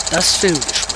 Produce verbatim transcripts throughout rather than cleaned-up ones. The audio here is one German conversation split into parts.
Das Filmgespräch.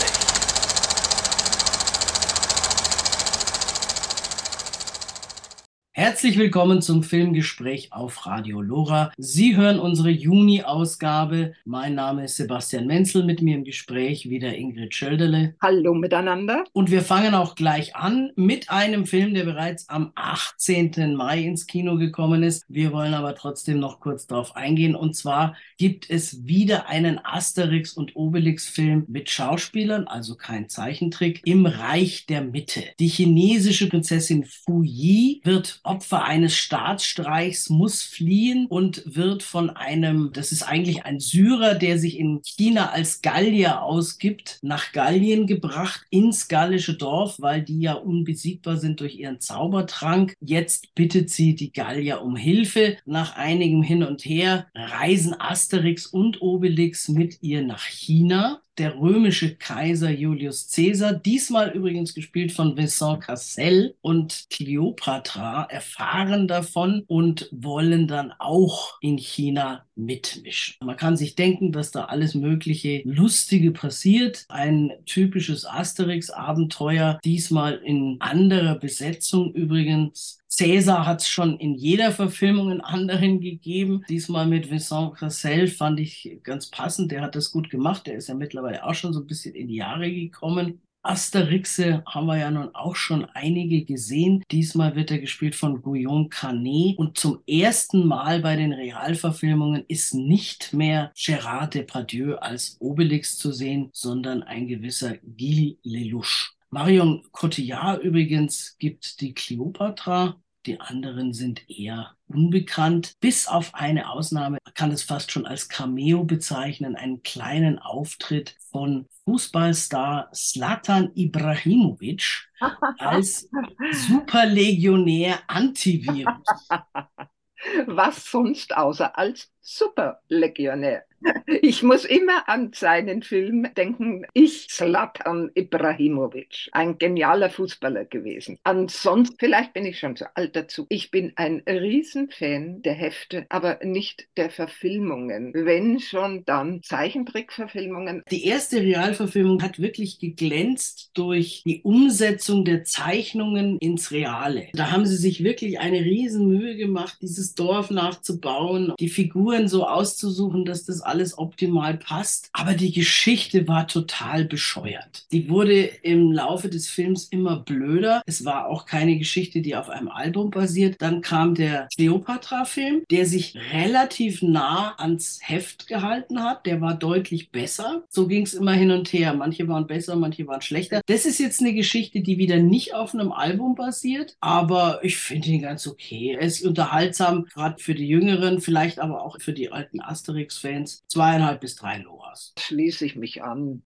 Herzlich willkommen zum Filmgespräch auf Radio Lora. Sie hören unsere Juni-Ausgabe. Mein Name ist Sebastian Menzel, mit mir im Gespräch wieder Ingrid Schölderle. Hallo miteinander. Und wir fangen auch gleich an mit einem Film, der bereits am achtzehnten Mai ins Kino gekommen ist. Wir wollen aber trotzdem noch kurz darauf eingehen. Und zwar gibt es wieder einen Asterix- und Obelix-Film mit Schauspielern, also kein Zeichentrick, im Reich der Mitte. Die chinesische Prinzessin Fu Yi wird Opfer eines Staatsstreichs, muss fliehen und wird von einem, das ist eigentlich ein Syrer, der sich in China als Gallier ausgibt, nach Gallien gebracht, ins gallische Dorf, weil die ja unbesiegbar sind durch ihren Zaubertrank. Jetzt bittet sie die Gallier um Hilfe. Nach einigem Hin und Her reisen Asterix und Obelix mit ihr nach China. Der römische Kaiser Julius Caesar, diesmal übrigens gespielt von Vincent Cassel, und Kleopatra erfahren davon und wollen dann auch in China mitmischen. Man kann sich denken, dass da alles mögliche Lustige passiert. Ein typisches Asterix-Abenteuer, diesmal in anderer Besetzung übrigens. Cäsar hat es schon in jeder Verfilmung einen anderen gegeben. Diesmal mit Vincent Cassel fand ich ganz passend. Der hat das gut gemacht. Der ist ja mittlerweile auch schon so ein bisschen in die Jahre gekommen. Asterixe haben wir ja nun auch schon einige gesehen. Diesmal wird er gespielt von Guillaume Canet. Und zum ersten Mal bei den Realverfilmungen ist nicht mehr Gérard Depardieu als Obelix zu sehen, sondern ein gewisser Gilles Lelouch. Marion Cotillard übrigens gibt die Kleopatra. Die anderen sind eher unbekannt. Bis auf eine Ausnahme, man kann es fast schon als Cameo bezeichnen, einen kleinen Auftritt von Fußballstar Zlatan Ibrahimovic als Superlegionär Antivirus. Was sonst außer als Superlegionär? Ich muss immer an seinen Film denken. Ich, Zlatan Ibrahimovic, ein genialer Fußballer gewesen. Ansonsten, vielleicht bin ich schon zu alt dazu. Ich bin ein Riesenfan der Hefte, aber nicht der Verfilmungen. Wenn schon, dann Zeichentrickverfilmungen. Die erste Realverfilmung hat wirklich geglänzt durch die Umsetzung der Zeichnungen ins Reale. Da haben sie sich wirklich eine Riesenmühe gemacht, dieses Dorf nachzubauen, die Figuren so auszusuchen, dass das alles optimal passt. Aber die Geschichte war total bescheuert. Die wurde im Laufe des Films immer blöder. Es war auch keine Geschichte, die auf einem Album basiert. Dann kam der Kleopatra-Film, der sich relativ nah ans Heft gehalten hat. Der war deutlich besser. So ging es immer hin und her. Manche waren besser, manche waren schlechter. Das ist jetzt eine Geschichte, die wieder nicht auf einem Album basiert, aber ich finde ihn ganz okay. Er ist unterhaltsam, gerade für die Jüngeren, vielleicht aber auch für die alten Asterix-Fans. Zweieinhalb bis drei Loas. Schließe ich mich an.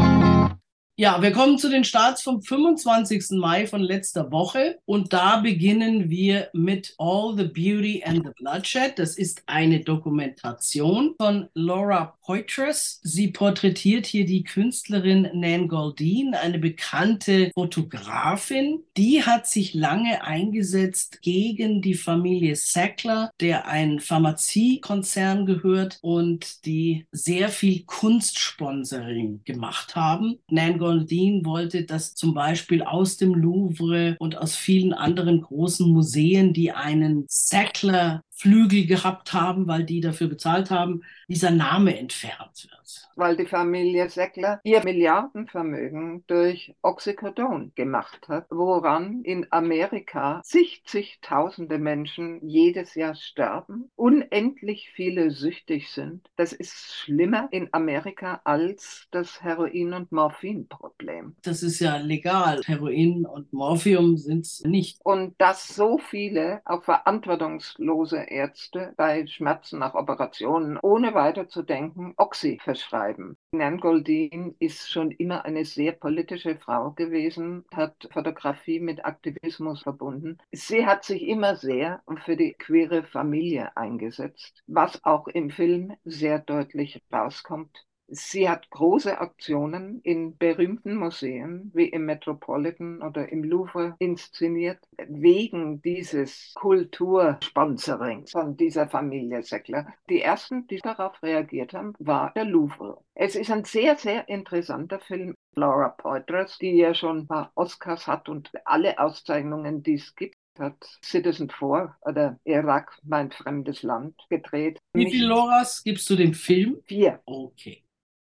Ja, wir kommen zu den Starts vom fünfundzwanzigsten Mai von letzter Woche und da beginnen wir mit All the Beauty and the Bloodshed. Das ist eine Dokumentation von Laura Poitras. Sie porträtiert hier die Künstlerin Nan Goldin, eine bekannte Fotografin. Die hat sich lange eingesetzt gegen die Familie Sackler, der ein Pharmaziekonzern gehört und die sehr viel Kunstsponsoring gemacht haben. Nan Goldin wollte, dass zum Beispiel aus dem Louvre und aus vielen anderen großen Museen, die einen Sackler-Flügel gehabt haben, weil die dafür bezahlt haben, dieser Name entfernt wird. Weil die Familie Sackler ihr Milliardenvermögen durch Oxycodon gemacht hat, woran in Amerika zig, zigtausende Menschen jedes Jahr sterben, unendlich viele süchtig sind. Das ist schlimmer in Amerika als das Heroin- und Morphinproblem. Das ist ja legal. Heroin und Morphium sind es nicht. Und dass so viele, auch verantwortungslose Ärzte bei Schmerzen nach Operationen, ohne weiterzudenken, Oxy verschreiben. Nan Goldin ist schon immer eine sehr politische Frau gewesen, hat Fotografie mit Aktivismus verbunden. Sie hat sich immer sehr für die queere Familie eingesetzt, was auch im Film sehr deutlich rauskommt. Sie hat große Aktionen in berühmten Museen wie im Metropolitan oder im Louvre inszeniert, wegen dieses Kultursponsorings von dieser Familie Sackler. Die ersten, die darauf reagiert haben, war der Louvre. Es ist ein sehr, sehr interessanter Film. Laura Poitras, die ja schon ein paar Oscars hat und alle Auszeichnungen, die es gibt, hat Citizen Four oder Irak, mein fremdes Land, gedreht. Wie viele Loras gibst du dem Film? Vier. Okay.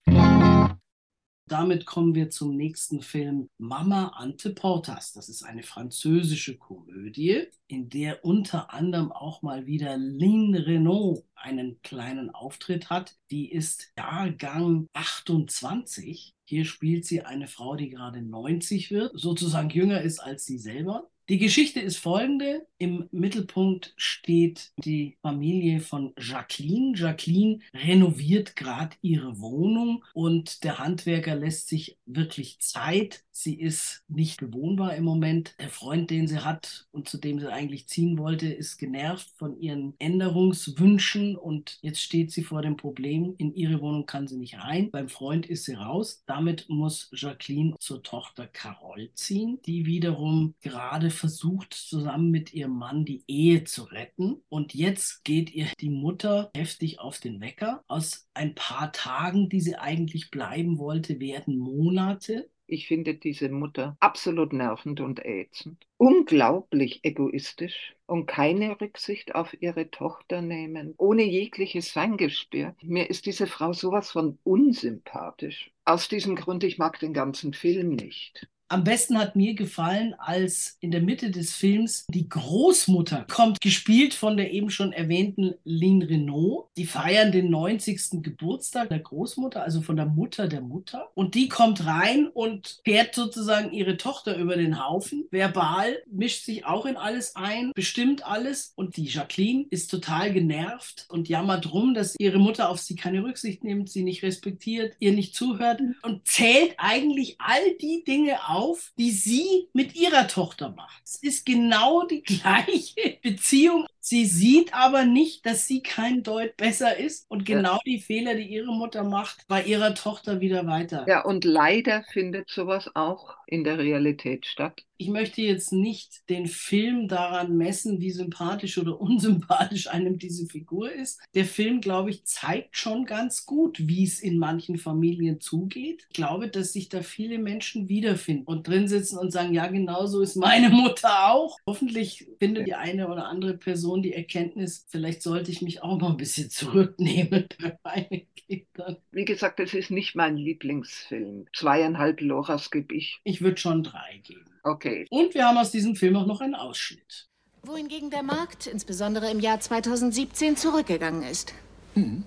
Damit kommen wir zum nächsten Film, Mama Ante Portas. Das ist eine französische Komödie, in der unter anderem auch mal wieder Lynn Renault einen kleinen Auftritt hat. Die ist Jahrgang achtundzwanzig. Hier spielt sie eine Frau, die gerade neunzig wird, sozusagen jünger ist als sie selber. Die Geschichte ist folgende. Im Mittelpunkt steht die Familie von Jacqueline. Jacqueline renoviert gerade ihre Wohnung und der Handwerker lässt sich wirklich Zeit. Sie ist nicht bewohnbar im Moment. Der Freund, den sie hat und zu dem sie eigentlich ziehen wollte, ist genervt von ihren Änderungswünschen und jetzt steht sie vor dem Problem. In ihre Wohnung kann sie nicht rein. Beim Freund ist sie raus. Damit muss Jacqueline zur Tochter Carole ziehen, die wiederum gerade versucht, zusammen mit ihrem Mann die Ehe zu retten. Und jetzt geht ihr die Mutter heftig auf den Wecker. Aus ein paar Tagen, die sie eigentlich bleiben wollte, werden Monate. Ich finde diese Mutter absolut nervend und ätzend. Unglaublich egoistisch und keine Rücksicht auf ihre Tochter nehmen, ohne jegliches Feingespür. Mir ist diese Frau sowas von unsympathisch. Aus diesem Grund, ich mag den ganzen Film nicht. Am besten hat mir gefallen, als in der Mitte des Films die Großmutter kommt, gespielt von der eben schon erwähnten Lynn Renault. Die feiern den neunzigsten Geburtstag der Großmutter, also von der Mutter der Mutter. Und die kommt rein und fährt sozusagen ihre Tochter über den Haufen. Verbal mischt sich auch in alles ein, bestimmt alles. Und die Jacqueline ist total genervt und jammert rum, dass ihre Mutter auf sie keine Rücksicht nimmt, sie nicht respektiert, ihr nicht zuhört und zählt eigentlich all die Dinge auf, Auf, die sie mit ihrer Tochter macht. Es ist genau die gleiche Beziehung. Sie sieht aber nicht, dass sie kein Deut besser ist und genau ja. die Fehler, die ihre Mutter macht, bei ihrer Tochter wieder weiter. Ja, und leider findet sowas auch in der Realität statt. Ich möchte jetzt nicht den Film daran messen, wie sympathisch oder unsympathisch einem diese Figur ist. Der Film, glaube ich, zeigt schon ganz gut, wie es in manchen Familien zugeht. Ich glaube, dass sich da viele Menschen wiederfinden und drin sitzen und sagen, ja, genau so ist meine Mutter auch. Hoffentlich findet die eine oder andere Person die Erkenntnis, vielleicht sollte ich mich auch mal ein bisschen zurücknehmen bei meinen Kindern. Wie gesagt, es ist nicht mein Lieblingsfilm. Zweieinhalb Loras gebe ich. Ich würde schon drei geben. Okay. Und wir haben aus diesem Film auch noch einen Ausschnitt. Wohingegen der Markt, insbesondere im Jahr zweitausendsiebzehn, zurückgegangen ist. Hm.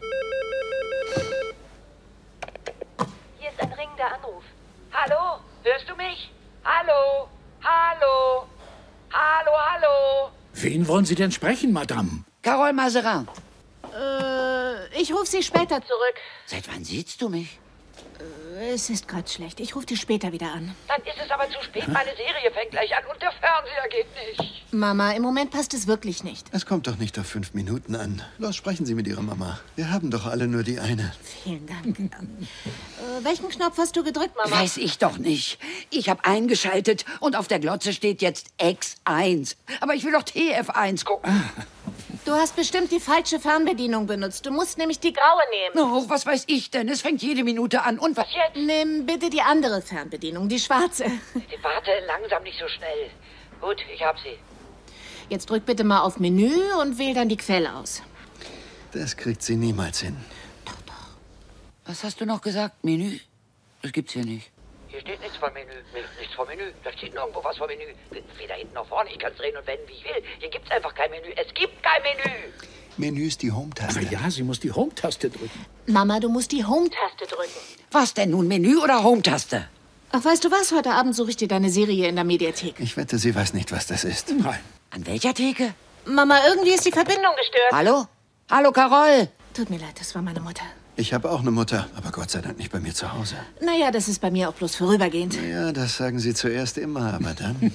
Hier ist ein dringender Anruf. Hallo? Hörst du mich? Hallo? Hallo? Hallo, hallo? Wen wollen Sie denn sprechen, Madame? Carole Mazerin. Äh, ich rufe Sie später zurück. Seit wann siehst du mich? Äh, es ist gerade schlecht. Ich rufe dich später wieder an. Dann ist es aber zu spät. Meine Serie fängt gleich an und der Fernseher geht nicht. Mama, im Moment passt es wirklich nicht. Es kommt doch nicht auf fünf Minuten an. Los, sprechen Sie mit Ihrer Mama. Wir haben doch alle nur die eine. Vielen Dank. äh, welchen Knopf hast du gedrückt, Mama? Weiß ich doch nicht. Ich habe eingeschaltet und auf der Glotze steht jetzt X eins. Aber ich will doch T F eins gucken. Du hast bestimmt die falsche Fernbedienung benutzt. Du musst nämlich die graue nehmen. Oh, was weiß ich denn? Es fängt jede Minute an. Und was jetzt? Nimm bitte die andere Fernbedienung, die schwarze. Warte, langsam, nicht so schnell. Gut, ich hab sie. Jetzt drück bitte mal auf Menü und wähl dann die Quelle aus. Das kriegt sie niemals hin. Doch, doch. Was hast du noch gesagt? Menü? Das gibt's hier nicht. Hier steht nichts von Menü. Nichts von Menü. Da steht nirgendwo was von Menü. Weder hinten noch vorne. Ich kann es drehen und wenden, wie ich will. Hier gibt's einfach kein Menü. Es gibt kein Menü. Menü ist die Home-Taste. Aber ja, sie muss die Home-Taste drücken. Mama, du musst die Home-Taste drücken. Was denn nun? Menü oder Home-Taste? Ach, weißt du was? Heute Abend suche ich dir deine Serie in der Mediathek. Ich wette, sie weiß nicht, was das ist. Nein. An welcher Theke? Mama, irgendwie ist die Verbindung gestört. Hallo? Hallo, Carole? Tut mir leid, das war meine Mutter. Ich habe auch eine Mutter, aber Gott sei Dank nicht bei mir zu Hause. Naja, das ist bei mir auch bloß vorübergehend. Ja, das sagen Sie zuerst immer, aber dann...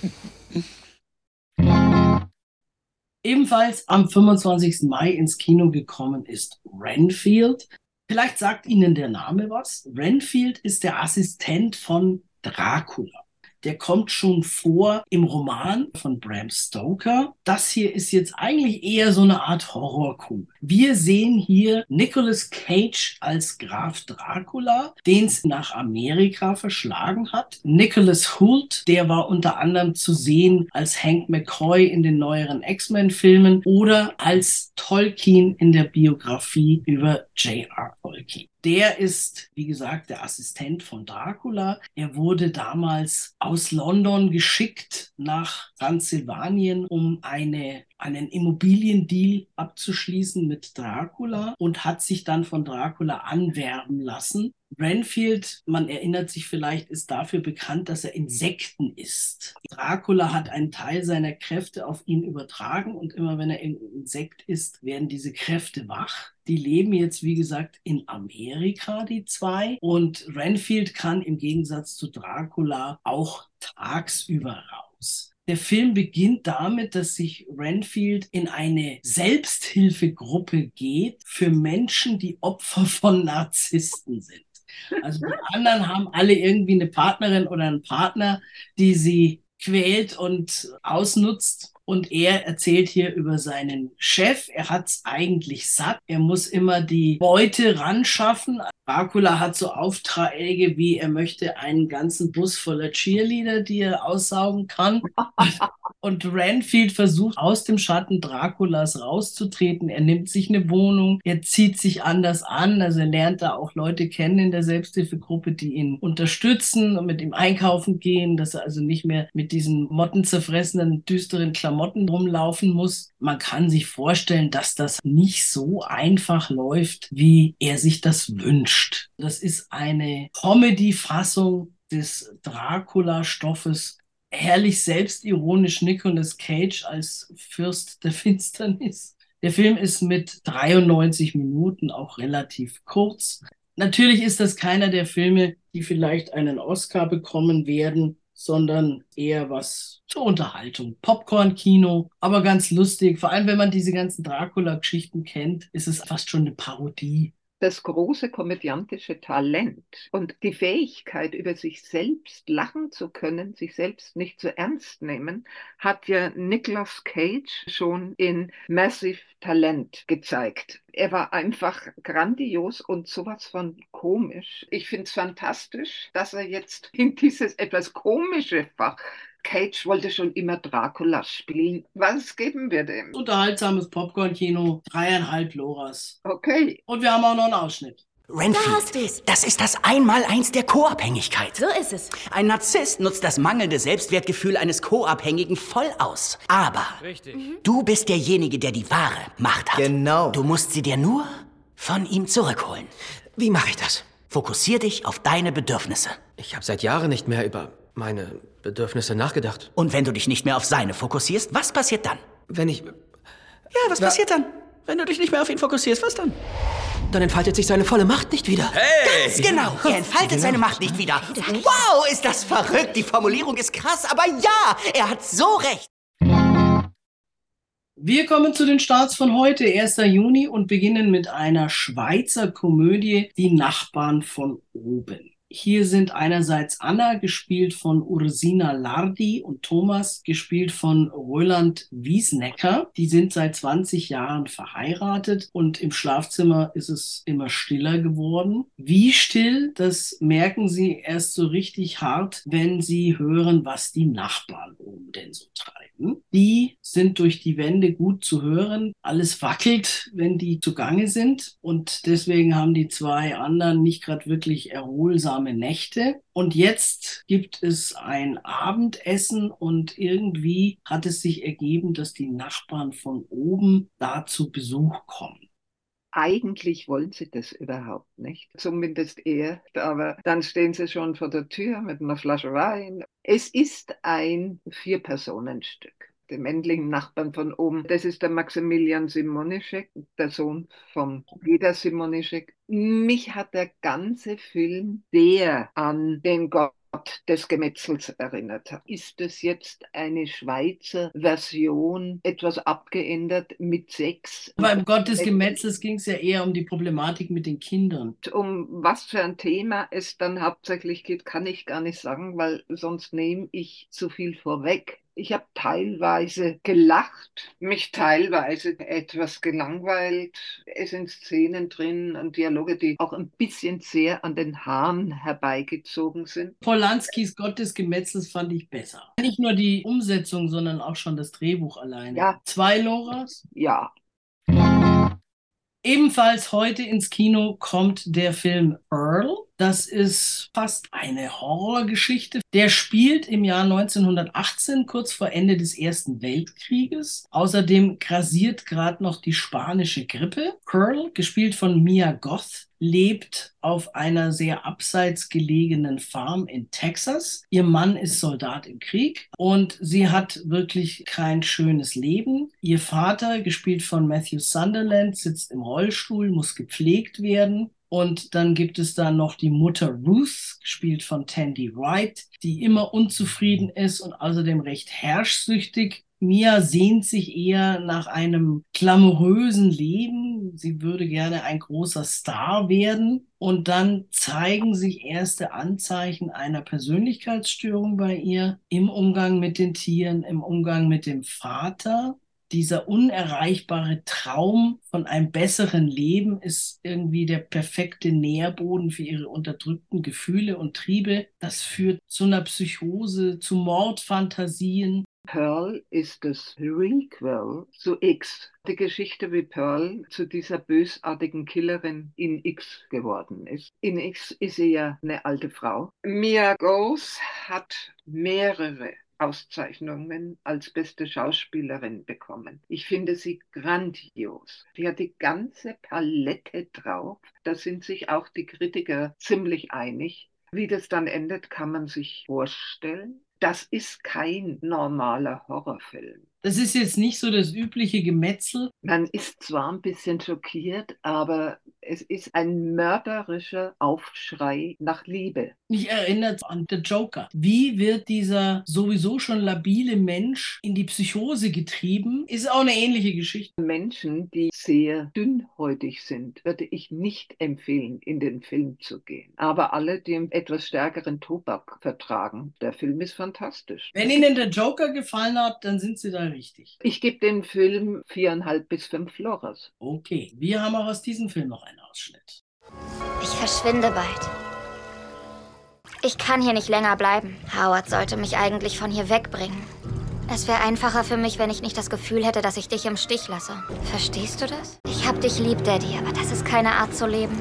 Ebenfalls am fünfundzwanzigsten Mai ins Kino gekommen ist Renfield. Vielleicht sagt Ihnen der Name was. Renfield ist der Assistent von Dracula. Der kommt schon vor im Roman von Bram Stoker. Das hier ist jetzt eigentlich eher so eine Art Horrorkomödie. Wir sehen hier Nicolas Cage als Graf Dracula, den es nach Amerika verschlagen hat. Nicholas Hoult, der war unter anderem zu sehen als Hank McCoy in den neueren X-Men-Filmen oder als Tolkien in der Biografie über J R Tolkien. Der ist, wie gesagt, der Assistent von Dracula. Er wurde damals aus London geschickt nach Transsilvanien, um eine, einen Immobiliendeal abzuschließen mit Dracula und hat sich dann von Dracula anwerben lassen. Renfield, man erinnert sich vielleicht, ist dafür bekannt, dass er Insekten isst. Dracula hat einen Teil seiner Kräfte auf ihn übertragen und immer wenn er ein Insekt isst, werden diese Kräfte wach. Die leben jetzt, wie gesagt, in Amerika, die zwei. Und Renfield kann im Gegensatz zu Dracula auch tagsüber raus. Der Film beginnt damit, dass sich Renfield in eine Selbsthilfegruppe geht für Menschen, die Opfer von Narzissten sind. Also die anderen haben alle irgendwie eine Partnerin oder einen Partner, die sie quält und ausnutzt. Und er erzählt hier über seinen Chef. Er hat es eigentlich satt. Er muss immer die Beute ranschaffen. Dracula hat so Aufträge wie, er möchte einen ganzen Bus voller Cheerleader, die er aussaugen kann. Und Renfield versucht aus dem Schatten Draculas rauszutreten. Er nimmt sich eine Wohnung, er zieht sich anders an. Also er lernt da auch Leute kennen in der Selbsthilfegruppe, die ihn unterstützen und mit ihm einkaufen gehen, dass er also nicht mehr mit diesen mottenzerfressenen, düsteren Klamotten rumlaufen muss. Man kann sich vorstellen, dass das nicht so einfach läuft, wie er sich das wünscht. Das ist eine Comedy-Fassung des Dracula-Stoffes. Herrlich selbstironisch Nicolas Cage als Fürst der Finsternis. Der Film ist mit dreiundneunzig Minuten auch relativ kurz. Natürlich ist das keiner der Filme, die vielleicht einen Oscar bekommen werden, sondern eher was zur Unterhaltung. Popcorn-Kino, aber ganz lustig. Vor allem, wenn man diese ganzen Dracula-Geschichten kennt, ist es fast schon eine Parodie. Das große komödiantische Talent und die Fähigkeit, über sich selbst lachen zu können, sich selbst nicht zu ernst nehmen, hat ja Nicolas Cage schon in Massive Talent gezeigt. Er war einfach grandios und sowas von komisch. Ich finde es fantastisch, dass er jetzt in dieses etwas komische Fach. Cage wollte schon immer Dracula spielen. Was geben wir dem? Unterhaltsames Popcorn-Kino, dreieinhalb Loras. Okay. Und wir haben auch noch einen Ausschnitt. Renfield, Da hast du's. das ist das Einmaleins der Co-Abhängigkeit. So ist es. Ein Narzisst nutzt das mangelnde Selbstwertgefühl eines Co-Abhängigen voll aus. Aber du bist derjenige, der die wahre Macht hat. Genau. Du musst sie dir nur von ihm zurückholen. Wie mache ich das? Fokussier dich auf deine Bedürfnisse. Ich habe seit Jahren nicht mehr über meine Bedürfnisse nachgedacht. Und wenn du dich nicht mehr auf seine fokussierst, was passiert dann? Wenn ich... Ja, was Wa- passiert dann? Wenn du dich nicht mehr auf ihn fokussierst, was dann? Dann entfaltet sich seine volle Macht nicht wieder. Ganz genau. Er entfaltet seine Macht nicht wieder. Wow, ist das verrückt. Die Formulierung ist krass, aber ja, er hat so recht. Wir kommen zu den Starts von heute, erster Juni, und beginnen mit einer Schweizer Komödie, Die Nachbarn von oben. Hier sind einerseits Anna, gespielt von Ursina Lardi, und Thomas, gespielt von Roland Wiesnecker. Die sind seit zwanzig Jahren verheiratet und im Schlafzimmer ist es immer stiller geworden. Wie still, das merken sie erst so richtig hart, wenn sie hören, was die Nachbarn oben denn so treiben. Die sind durch die Wände gut zu hören. Alles wackelt, wenn die zugange sind, und deswegen haben die zwei anderen nicht gerade wirklich erholsame Nächte. Und jetzt gibt es ein Abendessen und irgendwie hat es sich ergeben, dass die Nachbarn von oben da zu Besuch kommen. Eigentlich wollen sie das überhaupt nicht, zumindest er, aber dann stehen sie schon vor der Tür mit einer Flasche Wein. Es ist ein Vier-Personen-Stück. Die männlichen Nachbarn von oben, das ist der Maximilian Simonischek, der Sohn von Peter Simonischek. Mich hat der ganze Film sehr an den des Gemetzels erinnert hat. Ist es jetzt eine Schweizer Version, etwas abgeändert mit Sex? Beim Gott des Gemetzels ging es ja eher um die Problematik mit den Kindern. Um was für ein Thema es dann hauptsächlich geht, kann ich gar nicht sagen, weil sonst nehme ich zu viel vorweg. Ich habe teilweise gelacht, mich teilweise etwas gelangweilt. Es sind Szenen drin und Dialoge, die auch ein bisschen sehr an den Haaren herbeigezogen sind. Polanskis Gott des Gemetzels fand ich besser. Nicht nur die Umsetzung, sondern auch schon das Drehbuch alleine. Ja. Zwei Loras? Ja. Ebenfalls heute ins Kino kommt der Film Pearl. Das ist fast eine Horrorgeschichte. Der spielt im Jahr neunzehnhundertachtzehn, kurz vor Ende des Ersten Weltkrieges. Außerdem grassiert gerade noch die spanische Grippe. Pearl, gespielt von Mia Goth, lebt auf einer sehr abseits gelegenen Farm in Texas. Ihr Mann ist Soldat im Krieg und sie hat wirklich kein schönes Leben. Ihr Vater, gespielt von Matthew Sunderland, sitzt im Rollstuhl, muss gepflegt werden. Und dann gibt es da noch die Mutter Ruth, gespielt von Tandy Wright, die immer unzufrieden ist und außerdem recht herrschsüchtig. Mia sehnt sich eher nach einem glamourösen Leben. Sie würde gerne ein großer Star werden. Und dann zeigen sich erste Anzeichen einer Persönlichkeitsstörung bei ihr im Umgang mit den Tieren, im Umgang mit dem Vater. Dieser unerreichbare Traum von einem besseren Leben ist irgendwie der perfekte Nährboden für ihre unterdrückten Gefühle und Triebe. Das führt zu einer Psychose, zu Mordfantasien. Pearl ist das Requel zu X. Die Geschichte, wie Pearl zu dieser bösartigen Killerin in X geworden ist. In X ist sie ja eine alte Frau. Mia Goth hat mehrere Auszeichnungen als beste Schauspielerin bekommen. Ich finde sie grandios. Sie hat die ganze Palette drauf. Da sind sich auch die Kritiker ziemlich einig. Wie das dann endet, kann man sich vorstellen. Das ist kein normaler Horrorfilm. Das ist jetzt nicht so das übliche Gemetzel. Man ist zwar ein bisschen schockiert, aber es ist ein mörderischer Aufschrei nach Liebe. Mich erinnert an The Joker. Wie wird dieser sowieso schon labile Mensch in die Psychose getrieben? Ist auch eine ähnliche Geschichte. Menschen, die sehr dünnhäutig sind, würde ich nicht empfehlen, in den Film zu gehen. Aber alle, die einen etwas stärkeren Tobak vertragen, der Film ist fantastisch. Wenn Ihnen der Joker gefallen hat, dann sind Sie da richtig. Ich gebe dem Film viereinhalb bis fünf Loras. Okay, wir haben auch aus diesem Film noch einen Ausschnitt. Ich verschwinde bald. Ich kann hier nicht länger bleiben. Howard sollte mich eigentlich von hier wegbringen. Es wäre einfacher für mich, wenn ich nicht das Gefühl hätte, dass ich dich im Stich lasse. Verstehst du das? Ich hab dich lieb, Daddy, aber das ist keine Art zu leben.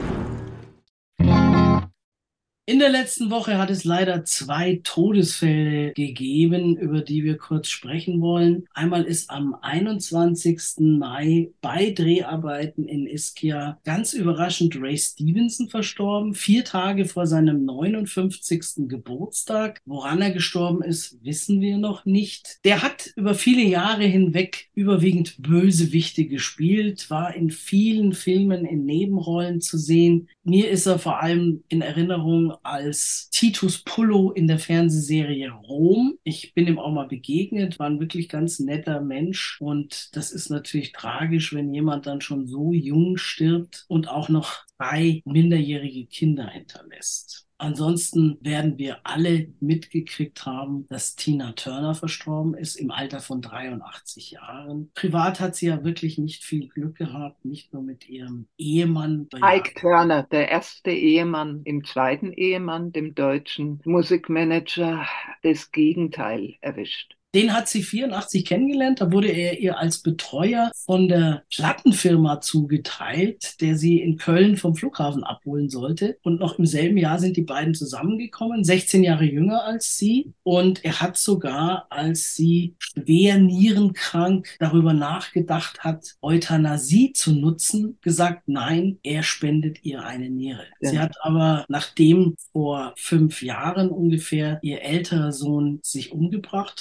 In der letzten Woche hat es leider zwei Todesfälle gegeben, über die wir kurz sprechen wollen. Einmal ist am einundzwanzigsten Mai bei Dreharbeiten in Ischia ganz überraschend Ray Stevenson verstorben, vier Tage vor seinem neunundfünfzigsten Geburtstag. Woran er gestorben ist, wissen wir noch nicht. Der hat über viele Jahre hinweg überwiegend Bösewichte gespielt, war in vielen Filmen in Nebenrollen zu sehen. Mir ist er vor allem in Erinnerung als Titus Pullo in der Fernsehserie Rom. Ich bin ihm auch mal begegnet, war ein wirklich ganz netter Mensch und das ist natürlich tragisch, wenn jemand dann schon so jung stirbt und auch noch drei minderjährige Kinder hinterlässt. Ansonsten werden wir alle mitgekriegt haben, dass Tina Turner verstorben ist im Alter von dreiundachtzig Jahren. Privat hat sie ja wirklich nicht viel Glück gehabt, nicht nur mit ihrem Ehemann. Ike Turner, der erste Ehemann, im zweiten Ehemann, dem deutschen Musikmanager, das Gegenteil erwischt. Den hat sie vierundachtzig kennengelernt. Da wurde er ihr als Betreuer von der Plattenfirma zugeteilt, der sie in Köln vom Flughafen abholen sollte. Und noch im selben Jahr sind die beiden zusammengekommen, sechzehn Jahre jünger als sie. Und er hat sogar, als sie schwer nierenkrank darüber nachgedacht hat, Euthanasie zu nutzen, gesagt, nein, er spendet ihr eine Niere. Ja. Sie hat aber, nachdem vor fünf Jahren ungefähr ihr älterer Sohn sich umgebracht hat,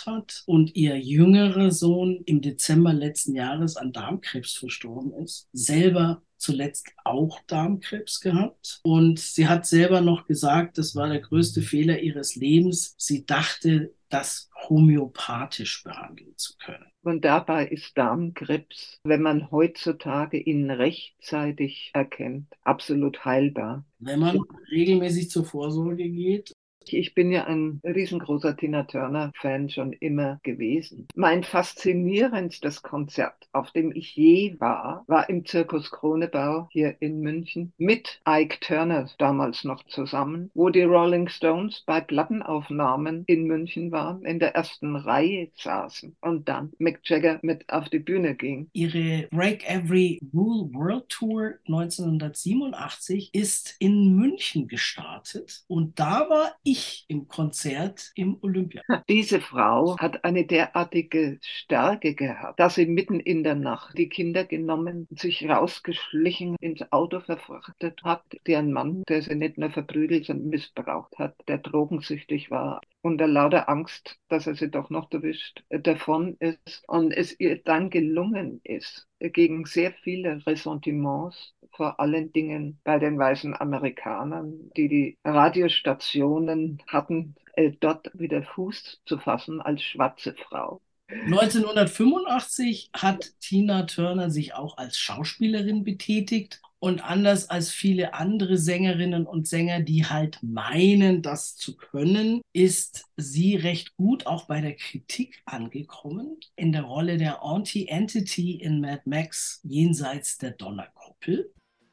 und ihr jüngerer Sohn im Dezember letzten Jahres an Darmkrebs verstorben ist. Selber zuletzt auch Darmkrebs gehabt. Und sie hat selber noch gesagt, das war der größte Fehler ihres Lebens. Sie dachte, das homöopathisch behandeln zu können. Und dabei ist Darmkrebs, wenn man heutzutage ihn rechtzeitig erkennt, absolut heilbar. Wenn man regelmäßig zur Vorsorge geht. Ich bin ja ein riesengroßer Tina Turner-Fan schon immer gewesen. Mein faszinierendstes Konzert, auf dem ich je war, war im Zirkus Kronebau hier in München mit Ike Turner damals noch zusammen, wo die Rolling Stones bei Plattenaufnahmen in München waren, in der ersten Reihe saßen und dann Mick Jagger mit auf die Bühne ging. Ihre Break Every Rule World Tour neunzehnhundertsiebenundachtzig ist in München gestartet und da war ich im Konzert im Olympia. Diese Frau hat eine derartige Stärke gehabt, dass sie mitten in der Nacht die Kinder genommen, sich rausgeschlichen, ins Auto verfrachtet hat, deren Mann, der sie nicht nur verprügelt und missbraucht hat, der drogensüchtig war und der lauter Angst, dass er sie doch noch erwischt, davon ist und es ihr dann gelungen ist, gegen sehr viele Ressentiments, vor allen Dingen bei den weißen Amerikanern, die die Radiostationen hatten, äh, dort wieder Fuß zu fassen als schwarze Frau. neunzehnhundertfünfundachtzig hat Tina Turner sich auch als Schauspielerin betätigt. Und anders als viele andere Sängerinnen und Sänger, die halt meinen, das zu können, ist sie recht gut auch bei der Kritik angekommen. In der Rolle der Auntie Entity in Mad Max Jenseits der Donnerkuppel.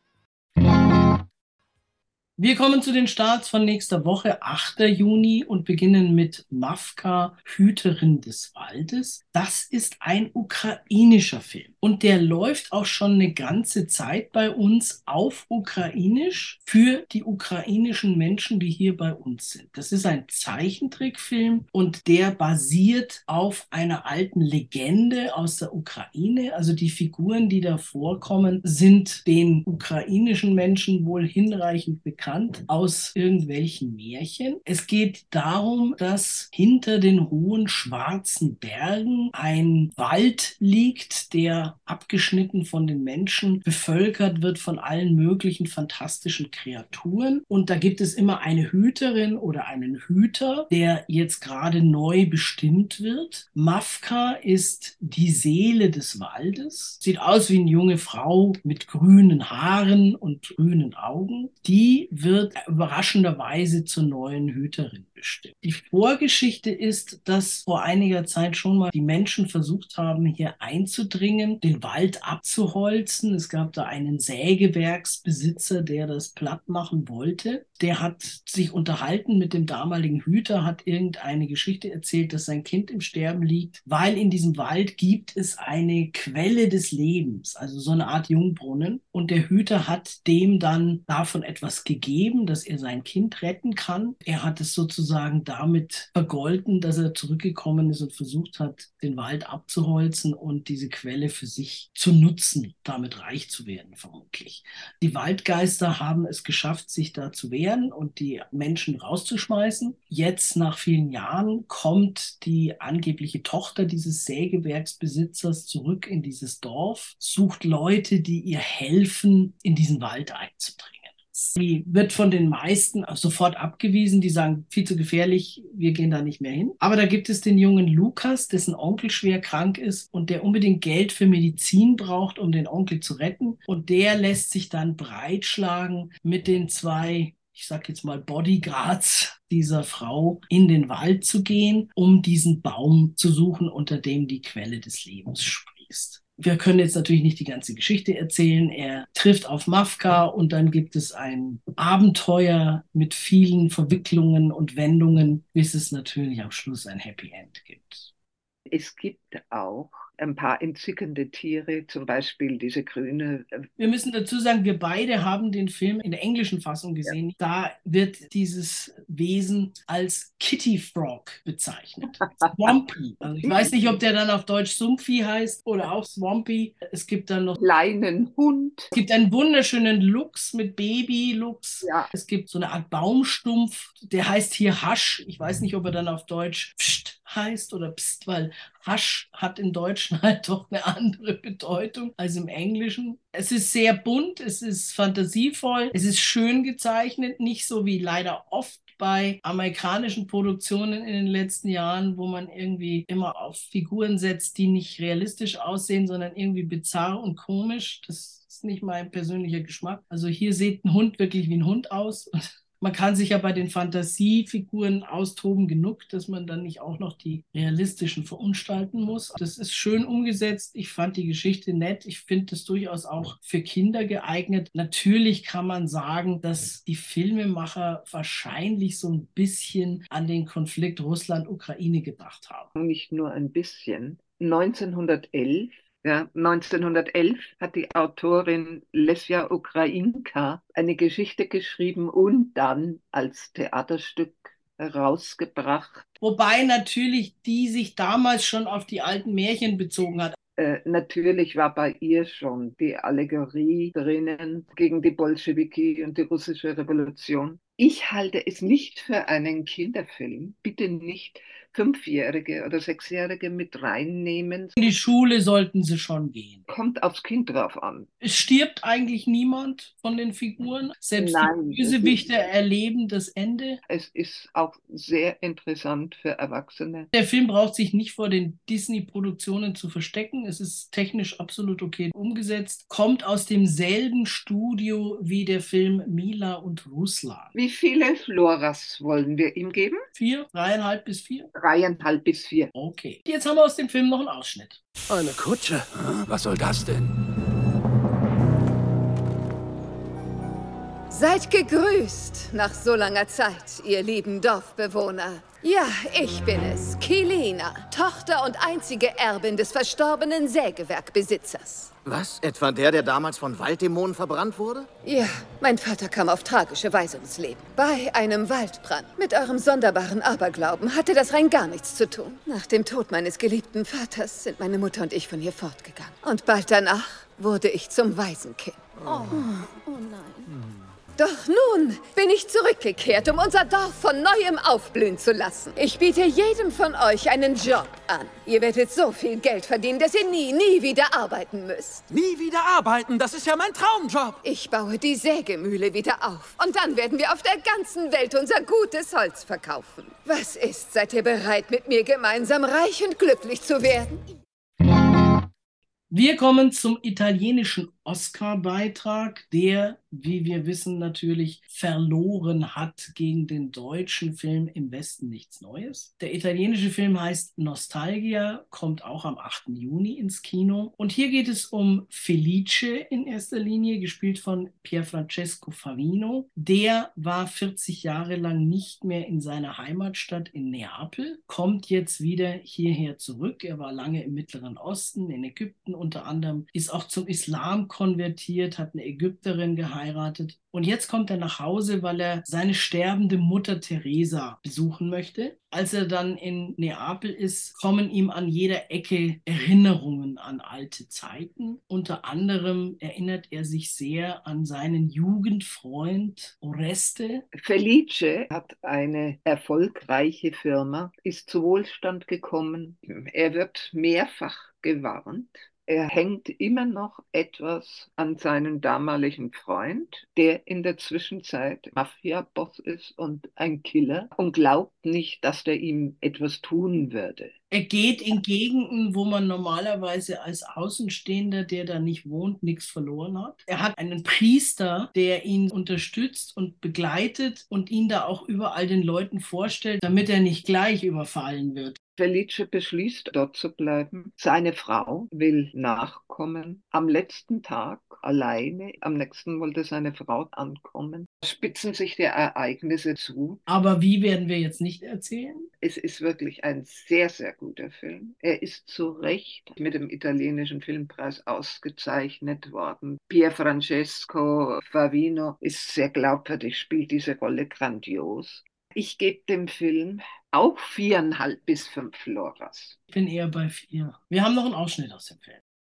Wir kommen zu den Starts von nächster Woche, achter Juni, und beginnen mit Mafka, Hüterin des Waldes. Das ist ein ukrainischer Film und der läuft auch schon eine ganze Zeit bei uns auf Ukrainisch für die ukrainischen Menschen, die hier bei uns sind. Das ist ein Zeichentrickfilm und der basiert auf einer alten Legende aus der Ukraine. Also die Figuren, die da vorkommen, sind den ukrainischen Menschen wohl hinreichend bekannt aus irgendwelchen Märchen. Es geht darum, dass hinter den hohen schwarzen Bergen ein Wald liegt, der abgeschnitten von den Menschen bevölkert wird von allen möglichen fantastischen Kreaturen. Und da gibt es immer eine Hüterin oder einen Hüter, der jetzt gerade neu bestimmt wird. Mafka ist die Seele des Waldes. Sieht aus wie eine junge Frau mit grünen Haaren und grünen Augen. Die wird überraschenderweise zur neuen Hüterin bestimmt. Die Vorgeschichte ist, dass vor einiger Zeit schon mal die Menschen versucht haben, hier einzudringen, den Wald abzuholzen. Es gab da einen Sägewerksbesitzer, der das platt machen wollte. Der hat sich unterhalten mit dem damaligen Hüter, hat irgendeine Geschichte erzählt, dass sein Kind im Sterben liegt, weil in diesem Wald gibt es eine Quelle des Lebens, also so eine Art Jungbrunnen. Und der Hüter hat dem dann davon etwas gegeben, dass er sein Kind retten kann. Er hat es sozusagen damit vergolten, dass er zurückgekommen ist und versucht hat, den Wald abzuholzen und diese Quelle für sich zu nutzen, damit reich zu werden, vermutlich. Die Waldgeister haben es geschafft, sich da zu wehren und die Menschen rauszuschmeißen. Jetzt, nach vielen Jahren, kommt die angebliche Tochter dieses Sägewerksbesitzers zurück in dieses Dorf, sucht Leute, die ihr helfen, in diesen Wald einzudringen. Sie wird von den meisten sofort abgewiesen, die sagen, viel zu gefährlich, wir gehen da nicht mehr hin. Aber da gibt es den jungen Lukas, dessen Onkel schwer krank ist und der unbedingt Geld für Medizin braucht, um den Onkel zu retten. Und der lässt sich dann breitschlagen mit den zwei, ich sag jetzt mal Bodyguards dieser Frau, in den Wald zu gehen, um diesen Baum zu suchen, unter dem die Quelle des Lebens sprießt. Wir können jetzt natürlich nicht die ganze Geschichte erzählen. Er trifft auf Mafka und dann gibt es ein Abenteuer mit vielen Verwicklungen und Wendungen, bis es natürlich am Schluss ein Happy End gibt. Es gibt auch ein paar entzückende Tiere, zum Beispiel diese grüne. Wir müssen dazu sagen, wir beide haben den Film in der englischen Fassung gesehen. Ja. Da wird dieses Wesen als Kitty Frog bezeichnet. Swampy. Also ich weiß nicht, ob der dann auf Deutsch Sumpfi heißt oder auch Swampy. Es gibt dann noch kleinen Hund. Es gibt einen wunderschönen Luchs mit Baby-Luchs. Ja. Es gibt so eine Art Baumstumpf, der heißt hier Hasch. Ich weiß nicht, ob er dann auf Deutsch Psst heißt oder Psst, weil Hasch hat im Deutschen halt doch eine andere Bedeutung als im Englischen. Es ist sehr bunt, es ist fantasievoll, es ist schön gezeichnet, nicht so wie leider oft bei amerikanischen Produktionen in den letzten Jahren, wo man irgendwie immer auf Figuren setzt, die nicht realistisch aussehen, sondern irgendwie bizarr und komisch. Das ist nicht mein persönlicher Geschmack. Also hier sieht ein Hund wirklich wie ein Hund aus. Und man kann sich ja bei den Fantasiefiguren austoben genug, dass man dann nicht auch noch die realistischen verunstalten muss. Das ist schön umgesetzt. Ich fand die Geschichte nett. Ich finde das durchaus auch für Kinder geeignet. Natürlich kann man sagen, dass die Filmemacher wahrscheinlich so ein bisschen an den Konflikt Russland-Ukraine gedacht haben. Nicht nur ein bisschen. neunzehnhundertelf Ja, neunzehnhundertelf hat die Autorin Lesja Ukrajinka eine Geschichte geschrieben und dann als Theaterstück herausgebracht. Wobei natürlich die sich damals schon auf die alten Märchen bezogen hat. Äh, natürlich war bei ihr schon die Allegorie drinnen gegen die Bolschewiki und die russische Revolution. Ich halte es nicht für einen Kinderfilm. Bitte nicht Fünfjährige oder Sechsjährige mit reinnehmen. In die Schule sollten sie schon gehen. Kommt aufs Kind drauf an. Es stirbt eigentlich niemand von den Figuren. Selbst Nein, die Bösewichte erleben das Ende. Es ist auch sehr interessant für Erwachsene. Der Film braucht sich nicht vor den Disney-Produktionen zu verstecken. Es ist technisch absolut okay umgesetzt. Kommt aus demselben Studio wie der Film Mila und Ruslan. Wie viele Floras wollen wir ihm geben? Vier, dreieinhalb bis vier. Dreieinhalb bis vier. Okay. Jetzt haben wir aus dem Film noch einen Ausschnitt. Eine Kutsche? Was soll das denn? Seid gegrüßt nach so langer Zeit, ihr lieben Dorfbewohner. Ja, ich bin es, Kilina, Tochter und einzige Erbin des verstorbenen Sägewerkbesitzers. Was? Etwa der, der damals von Walddämonen verbrannt wurde? Ja, mein Vater kam auf tragische Weise ums Leben. Bei einem Waldbrand. Mit eurem sonderbaren Aberglauben hatte das rein gar nichts zu tun. Nach dem Tod meines geliebten Vaters sind meine Mutter und ich von hier fortgegangen. Und bald danach wurde ich zum Waisenkind. Oh, oh nein. Doch nun bin ich zurückgekehrt, um unser Dorf von Neuem aufblühen zu lassen. Ich biete jedem von euch einen Job an. Ihr werdet so viel Geld verdienen, dass ihr nie, nie wieder arbeiten müsst. Nie wieder arbeiten? Das ist ja mein Traumjob. Ich baue die Sägemühle wieder auf. Und dann werden wir auf der ganzen Welt unser gutes Holz verkaufen. Was ist? Seid ihr bereit, mit mir gemeinsam reich und glücklich zu werden? Wir kommen zum italienischen Oscar-Beitrag, der, wie wir wissen, natürlich verloren hat gegen den deutschen Film Im Westen nichts Neues. Der italienische Film heißt Nostalgia, kommt auch am achten Juni ins Kino. Und hier geht es um Felice in erster Linie, gespielt von Pierfrancesco Favino. Der war vierzig Jahre lang nicht mehr in seiner Heimatstadt in Neapel, kommt jetzt wieder hierher zurück. Er war lange im Mittleren Osten, in Ägypten unter anderem, ist auch zum Islam konvertiert, hat eine Ägypterin geheiratet. Und jetzt kommt er nach Hause, weil er seine sterbende Mutter Teresa besuchen möchte. Als er dann in Neapel ist, kommen ihm an jeder Ecke Erinnerungen an alte Zeiten. Unter anderem erinnert er sich sehr an seinen Jugendfreund Oreste. Felice hat eine erfolgreiche Firma, ist zu Wohlstand gekommen. Er wird mehrfach gewarnt. Er hängt immer noch etwas an seinen damaligen Freund, der in der Zwischenzeit Mafia-Boss ist und ein Killer und glaubt nicht, dass der ihm etwas tun würde. Er geht in Gegenden, wo man normalerweise als Außenstehender, der da nicht wohnt, nichts verloren hat. Er hat einen Priester, der ihn unterstützt und begleitet und ihn da auch überall den Leuten vorstellt, damit er nicht gleich überfallen wird. Felice beschließt, dort zu bleiben. Seine Frau will nachkommen. Am letzten Tag alleine, am nächsten wollte seine Frau ankommen. Spitzen sich die Ereignisse zu. Aber wie werden wir jetzt nicht erzählen? Es ist wirklich ein sehr, sehr guter Film. Er ist zu Recht mit dem italienischen Filmpreis ausgezeichnet worden. Pierfrancesco Favino ist sehr glaubwürdig, spielt diese Rolle grandios. Ich gebe dem Film auch viereinhalb bis fünf Floras. Ich bin eher bei vier. Wir haben noch einen Ausschnitt aus dem Film.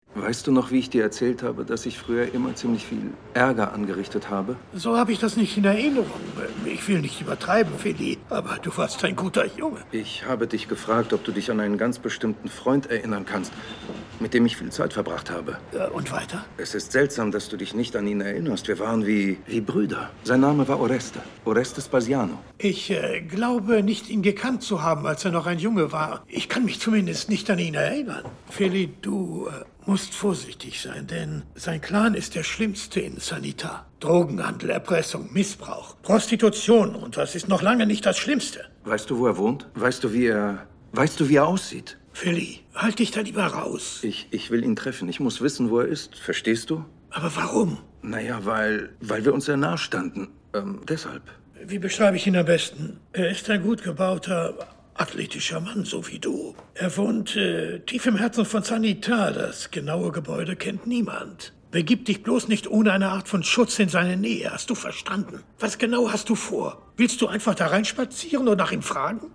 Weißt du noch, wie ich dir erzählt habe, dass ich früher immer ziemlich viel Ärger angerichtet habe? So habe ich das nicht in Erinnerung. Ich will nicht übertreiben, Feli, aber du warst ein guter Junge. Ich habe dich gefragt, ob du dich an einen ganz bestimmten Freund erinnern kannst, mit dem ich viel Zeit verbracht habe. Und weiter? Es ist seltsam, dass du dich nicht an ihn erinnerst. Wir waren wie, wie Brüder. Sein Name war Oreste. Oreste Spasiano. Ich äh, glaube, nicht ihn gekannt zu haben, als er noch ein Junge war. Ich kann mich zumindest nicht an ihn erinnern. Feli, du äh, musst vorsichtig sein, denn sein Clan ist der schlimmste in Sanita. Drogenhandel, Erpressung, Missbrauch, Prostitution und das ist noch lange nicht das Schlimmste. Weißt du, wo er wohnt? Weißt du, wie er, weißt du, wie er aussieht? Feli, halt dich da lieber raus. Ich, ich will ihn treffen. Ich muss wissen, wo er ist. Verstehst du? Aber warum? Naja, weil, weil wir uns sehr nah standen. Ähm, deshalb. Wie beschreibe ich ihn am besten? Er ist ein gut gebauter, athletischer Mann, so wie du. Er wohnt äh, tief im Herzen von Sanita. Das genaue Gebäude kennt niemand. Begib dich bloß nicht ohne eine Art von Schutz in seine Nähe. Hast du verstanden? Was genau hast du vor? Willst du einfach da reinspazieren und nach ihm fragen?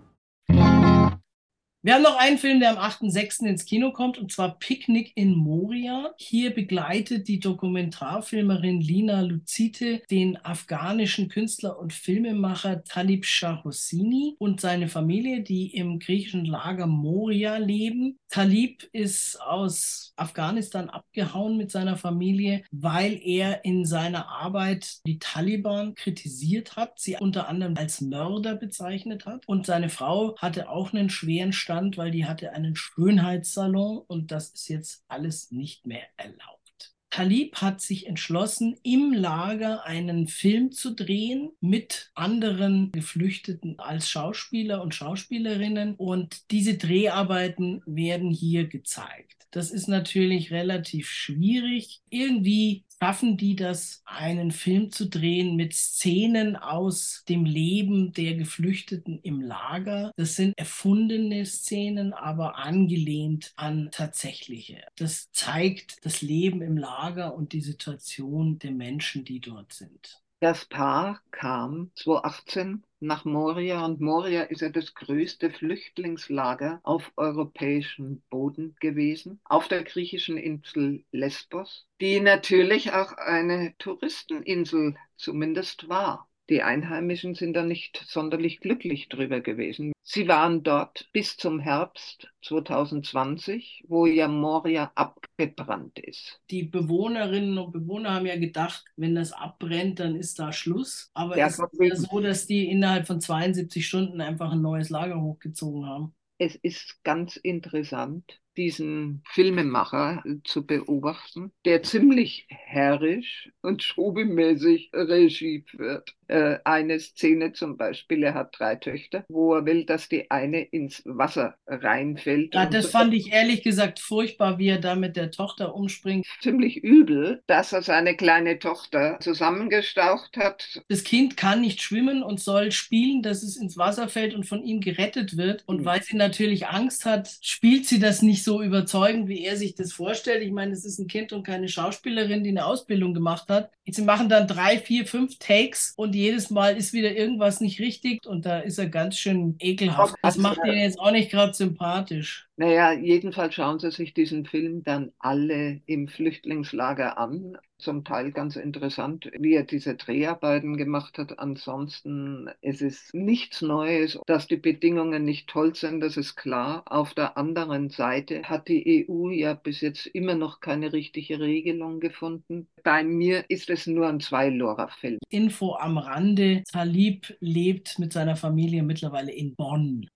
Wir haben noch einen Film, der am achten sechsten ins Kino kommt, und zwar Picknick in Moria. Hier begleitet die Dokumentarfilmerin Lina Lucite den afghanischen Künstler und Filmemacher Talib Shah Hosseini und seine Familie, die im griechischen Lager Moria leben. Talib ist aus Afghanistan abgehauen mit seiner Familie, weil er in seiner Arbeit die Taliban kritisiert hat, sie unter anderem als Mörder bezeichnet hat. Und seine Frau hatte auch einen schweren Stand, weil die hatte einen Schönheitssalon und das ist jetzt alles nicht mehr erlaubt. Talib hat sich entschlossen, im Lager einen Film zu drehen mit anderen Geflüchteten als Schauspieler und Schauspielerinnen, und diese Dreharbeiten werden hier gezeigt. Das ist natürlich relativ schwierig. Irgendwie schaffen die das, einen Film zu drehen mit Szenen aus dem Leben der Geflüchteten im Lager. Das sind erfundene Szenen, aber angelehnt an tatsächliche. Das zeigt das Leben im Lager und die Situation der Menschen, die dort sind. Das Paar kam zweitausendachtzehn nach Moria, und Moria ist ja das größte Flüchtlingslager auf europäischem Boden gewesen, auf der griechischen Insel Lesbos, die natürlich auch eine Touristeninsel zumindest war. Die Einheimischen sind da nicht sonderlich glücklich drüber gewesen. Sie waren dort bis zum Herbst zwanzig zwanzig, wo ja Moria abgebrannt ist. Die Bewohnerinnen und Bewohner haben ja gedacht, wenn das abbrennt, dann ist da Schluss. Aber Ja, es ist ja so, dass die innerhalb von zweiundsiebzig Stunden einfach ein neues Lager hochgezogen haben. Es ist ganz interessant, diesen Filmemacher zu beobachten, der ziemlich herrisch und schobimäßig Regie führt. Äh, eine Szene zum Beispiel, er hat drei Töchter, wo er will, dass die eine ins Wasser reinfällt. Ja, das fand ich ehrlich gesagt furchtbar, wie er da mit der Tochter umspringt. Ziemlich übel, dass er seine kleine Tochter zusammengestaucht hat. Das Kind kann nicht schwimmen und soll spielen, dass es ins Wasser fällt und von ihm gerettet wird. Und mhm. weil sie natürlich Angst hat, spielt sie das nicht so überzeugend, wie er sich das vorstellt. Ich meine, es ist ein Kind und keine Schauspielerin, die eine Ausbildung gemacht hat. Sie machen dann drei, vier, fünf Takes und jedes Mal ist wieder irgendwas nicht richtig und da ist er ganz schön ekelhaft. Das macht ihn jetzt auch nicht gerade sympathisch. Naja, jedenfalls schauen Sie sich diesen Film dann alle im Flüchtlingslager an. Zum Teil ganz interessant, wie er diese Dreharbeiten gemacht hat. Ansonsten, es ist nichts Neues, dass die Bedingungen nicht toll sind, das ist klar. Auf der anderen Seite hat die E U ja bis jetzt immer noch keine richtige Regelung gefunden. Bei mir ist es nur ein Zwei-Lora-Film. Info am Rande: Talib lebt mit seiner Familie mittlerweile in Bonn.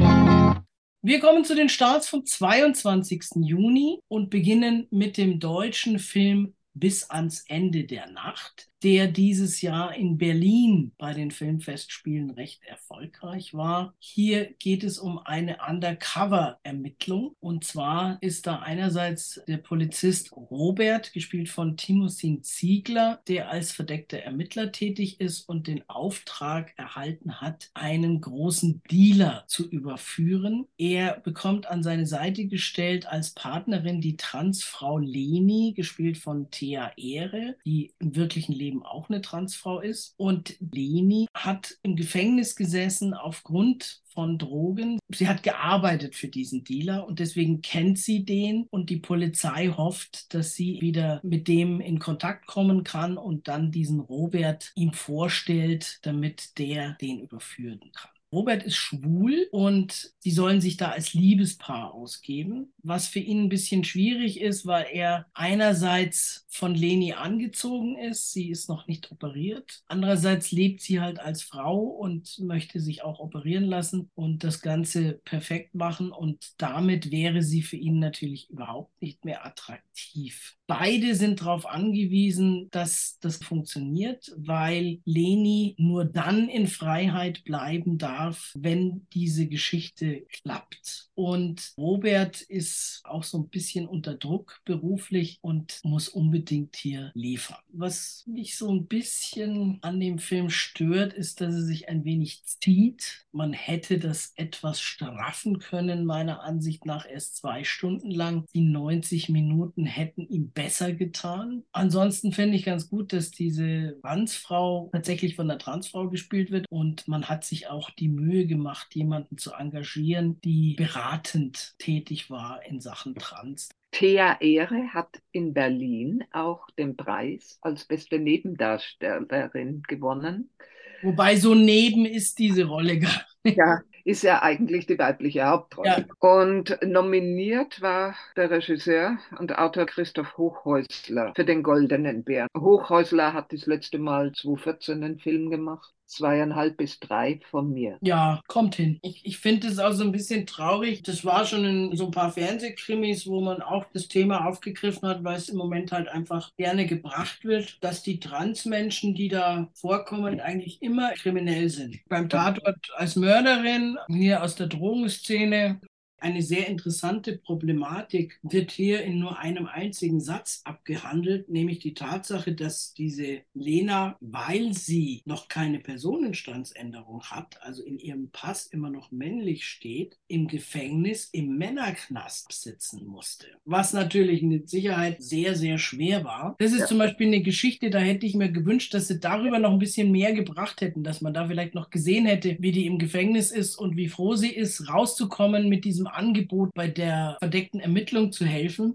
Wir kommen zu den Starts vom zweiundzwanzigsten Juni und beginnen mit dem deutschen Film Bis ans Ende der Nacht, der dieses Jahr in Berlin bei den Filmfestspielen recht erfolgreich war. Hier geht es um eine Undercover-Ermittlung. Und zwar ist da einerseits der Polizist Robert, gespielt von Timothin Ziegler, der als verdeckter Ermittler tätig ist und den Auftrag erhalten hat, einen großen Dealer zu überführen. Er bekommt an seine Seite gestellt als Partnerin die Transfrau Leni, gespielt von Thea Ehre, die im wirklichen Leben eben auch eine Transfrau ist. Und Leni hat im Gefängnis gesessen aufgrund von Drogen. Sie hat gearbeitet für diesen Dealer und deswegen kennt sie den und die Polizei hofft, dass sie wieder mit dem in Kontakt kommen kann und dann diesen Robert ihm vorstellt, damit der den überführen kann. Robert ist schwul und sie sollen sich da als Liebespaar ausgeben, was für ihn ein bisschen schwierig ist, weil er einerseits von Leni angezogen ist, sie ist noch nicht operiert, andererseits lebt sie halt als Frau und möchte sich auch operieren lassen und das Ganze perfekt machen und damit wäre sie für ihn natürlich überhaupt nicht mehr attraktiv. Beide sind darauf angewiesen, dass das funktioniert, weil Leni nur dann in Freiheit bleiben darf, wenn diese Geschichte klappt. Und Robert ist auch so ein bisschen unter Druck beruflich und muss unbedingt hier liefern. Was mich so ein bisschen an dem Film stört, ist, dass er sich ein wenig zieht. Man hätte das etwas straffen können, meiner Ansicht nach erst zwei Stunden lang. Die neunzig Minuten hätten ihm besser getan. Ansonsten finde ich ganz gut, dass diese Transfrau tatsächlich von der Transfrau gespielt wird und man hat sich auch die Mühe gemacht, jemanden zu engagieren, die beratend tätig war in Sachen Trans. Thea Ehre hat in Berlin auch den Preis als beste Nebendarstellerin gewonnen. Wobei so neben ist diese Rolle gar nicht. Ja, ist ja eigentlich die weibliche Hauptrolle. Ja. Und nominiert war der Regisseur und Autor Christoph Hochhäusler für den Goldenen Bären. Hochhäusler hat das letzte Mal zweitausendvierzehn einen Film gemacht. Zweieinhalb bis drei von mir. Ja, kommt hin. Ich, ich finde es auch so ein bisschen traurig. Das war schon in so ein paar Fernsehkrimis, wo man auch das Thema aufgegriffen hat, weil es im Moment halt einfach gerne gebracht wird, dass die Transmenschen, die da vorkommen, eigentlich immer kriminell sind. Beim Tatort als Mörderin, hier aus der Drogenszene. Eine sehr interessante Problematik wird hier in nur einem einzigen Satz abgehandelt, nämlich die Tatsache, dass diese Lena, weil sie noch keine Personenstandsänderung hat, also in ihrem Pass immer noch männlich steht, im Gefängnis im Männerknast sitzen musste. Was natürlich mit Sicherheit sehr, sehr schwer war. Das ist ja zum Beispiel eine Geschichte, da hätte ich mir gewünscht, dass sie darüber noch ein bisschen mehr gebracht hätten, dass man da vielleicht noch gesehen hätte, wie die im Gefängnis ist und wie froh sie ist, rauszukommen mit diesem Angebot, bei der verdeckten Ermittlung zu helfen.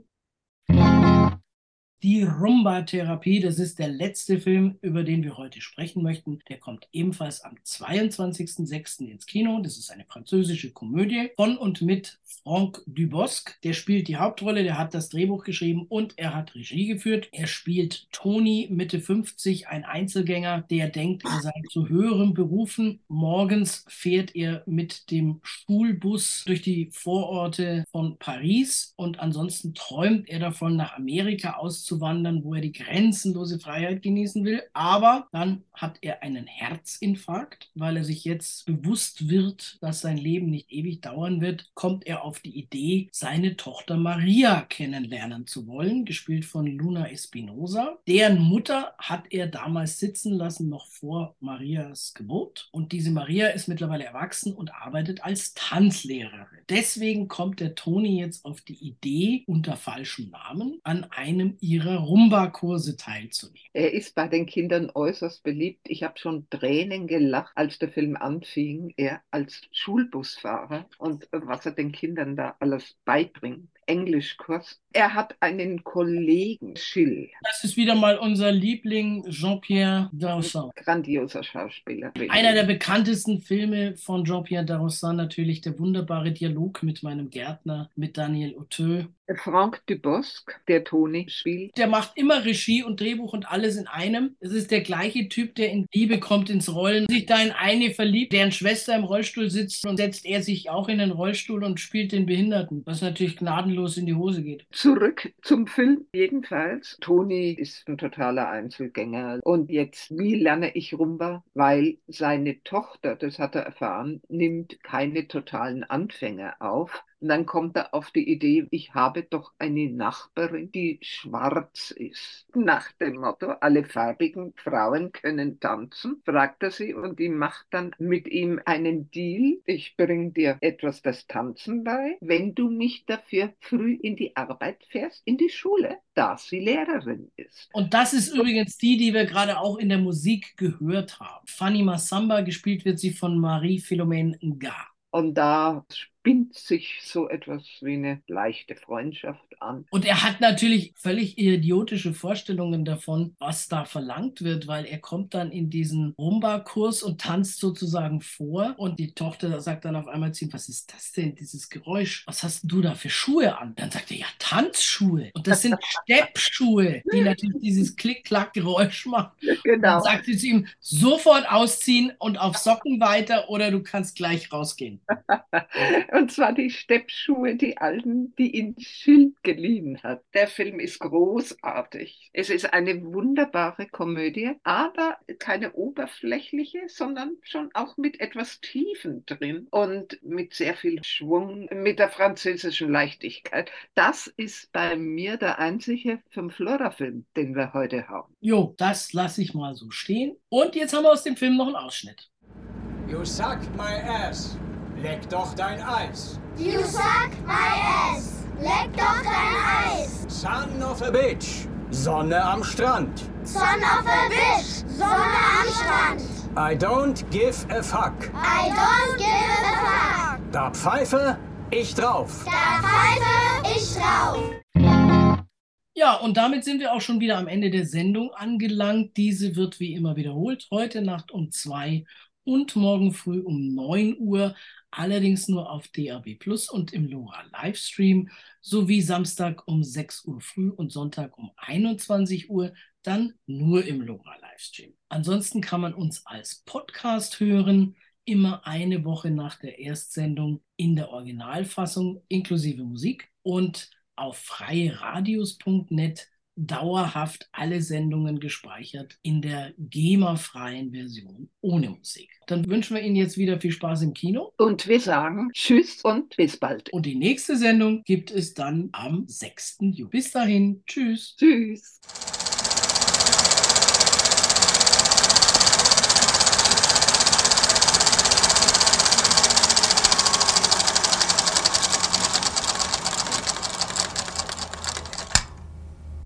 Die Rumba-Therapie, das ist der letzte Film, über den wir heute sprechen möchten. Der kommt ebenfalls am zweiundzwanzigsten sechsten ins Kino. Das ist eine französische Komödie von und mit Franck Dubosc. Der spielt die Hauptrolle, der hat das Drehbuch geschrieben und er hat Regie geführt. Er spielt Toni, Mitte fünfzig, ein Einzelgänger, der denkt, er sei zu höherem berufen. Morgens fährt er mit dem Schulbus durch die Vororte von Paris und ansonsten träumt er davon, nach Amerika auszuwandern, wo er die grenzenlose Freiheit genießen will. Aber dann hat er einen Herzinfarkt, weil er sich jetzt bewusst wird, dass sein Leben nicht ewig dauern wird, kommt er auf die Idee, seine Tochter Maria kennenlernen zu wollen, gespielt von Luna Espinosa. Deren Mutter hat er damals sitzen lassen, noch vor Marias Geburt. Und diese Maria ist mittlerweile erwachsen und arbeitet als Tanzlehrerin. Deswegen kommt der Toni jetzt auf die Idee, unter falschem Namen an einem ihrer Rumba-Kurse teilzunehmen. Er ist bei den Kindern äußerst beliebt. Ich habe schon Tränen gelacht, als der Film anfing. Er als Schulbusfahrer und was er den Kindern da alles beibringt. Englischkurs. Er hat einen Kollegen, Schill. Das ist wieder mal unser Liebling Jean-Pierre Darroussin. Grandioser Schauspieler. Einer der bekanntesten Filme von Jean-Pierre Darroussin natürlich der wunderbare Dialog mit meinem Gärtner, mit Daniel Auteuil. Franck Dubosc, der Toni spielt. Der macht immer Regie und Drehbuch und alles in einem. Es ist der gleiche Typ, der in Liebe kommt ins Rollen, sich da in eine verliebt, deren Schwester im Rollstuhl sitzt und setzt er sich auch in den Rollstuhl und spielt den Behinderten, was natürlich gnadenlos in die Hose geht. Zurück zum Film jedenfalls. Toni ist ein totaler Einzelgänger. Und jetzt, wie lerne ich Rumba? Weil seine Tochter, das hat er erfahren, nimmt keine totalen Anfänger auf. Und dann kommt er auf die Idee, ich habe doch eine Nachbarin, die schwarz ist. Nach dem Motto, alle farbigen Frauen können tanzen, fragt er sie und die macht dann mit ihm einen Deal. Ich bringe dir etwas das Tanzen bei, wenn du mich dafür früh in die Arbeit fährst, in die Schule, da sie Lehrerin ist. Und das ist übrigens die, die wir gerade auch in der Musik gehört haben. Fanny Massamba, gespielt wird sie von Marie-Philomène Nga. Und da spinnt sich so etwas wie eine leichte Freundschaft an. Und er hat natürlich völlig idiotische Vorstellungen davon, was da verlangt wird, weil er kommt dann in diesen Rumba-Kurs und tanzt sozusagen vor und die Tochter sagt dann auf einmal zu ihm, was ist das denn, dieses Geräusch? Was hast du da für Schuhe an? Dann sagt er, ja, Tanzschuhe. Und das sind Steppschuhe, die natürlich dieses Klick-Klack-Geräusch machen. Genau. Und dann sagt sie zu ihm, sofort ausziehen und auf Socken weiter oder du kannst gleich rausgehen. Und zwar die Steppschuhe, die alten, die ihn Schild geliehen hat. Der Film ist großartig. Es ist eine wunderbare Komödie, aber keine oberflächliche, sondern schon auch mit etwas Tiefen drin und mit sehr viel Schwung, mit der französischen Leichtigkeit. Das ist bei mir der einzige Fünf-Flora-Film, den wir heute haben. Jo, das lasse ich mal so stehen. Und jetzt haben wir aus dem Film noch einen Ausschnitt. You sucked my ass. Leck doch dein Eis. You suck my ass. Leck doch dein Eis. Son of a bitch. Sonne am Strand. Son of a bitch. Sonne am Strand. I don't give a fuck. I don't give a fuck. Da Pfeife, ich drauf. Da Pfeife, ich drauf. Ja, und damit sind wir auch schon wieder am Ende der Sendung angelangt. Diese wird wie immer wiederholt. Heute Nacht um zwei und morgen früh um neun Uhr. Allerdings nur auf D A B Plus und im LoRa Livestream, sowie Samstag um sechs Uhr früh und Sonntag um einundzwanzig Uhr, dann nur im LoRa Livestream. Ansonsten kann man uns als Podcast hören, immer eine Woche nach der Erstsendung in der Originalfassung inklusive Musik und auf freieradios punkt net dauerhaft alle Sendungen gespeichert in der GEMA-freien Version ohne Musik. Dann wünschen wir Ihnen jetzt wieder viel Spaß im Kino. Und wir sagen Tschüss und bis bald. Und die nächste Sendung gibt es dann am sechsten Juli. Bis dahin, tschüss. Tschüss.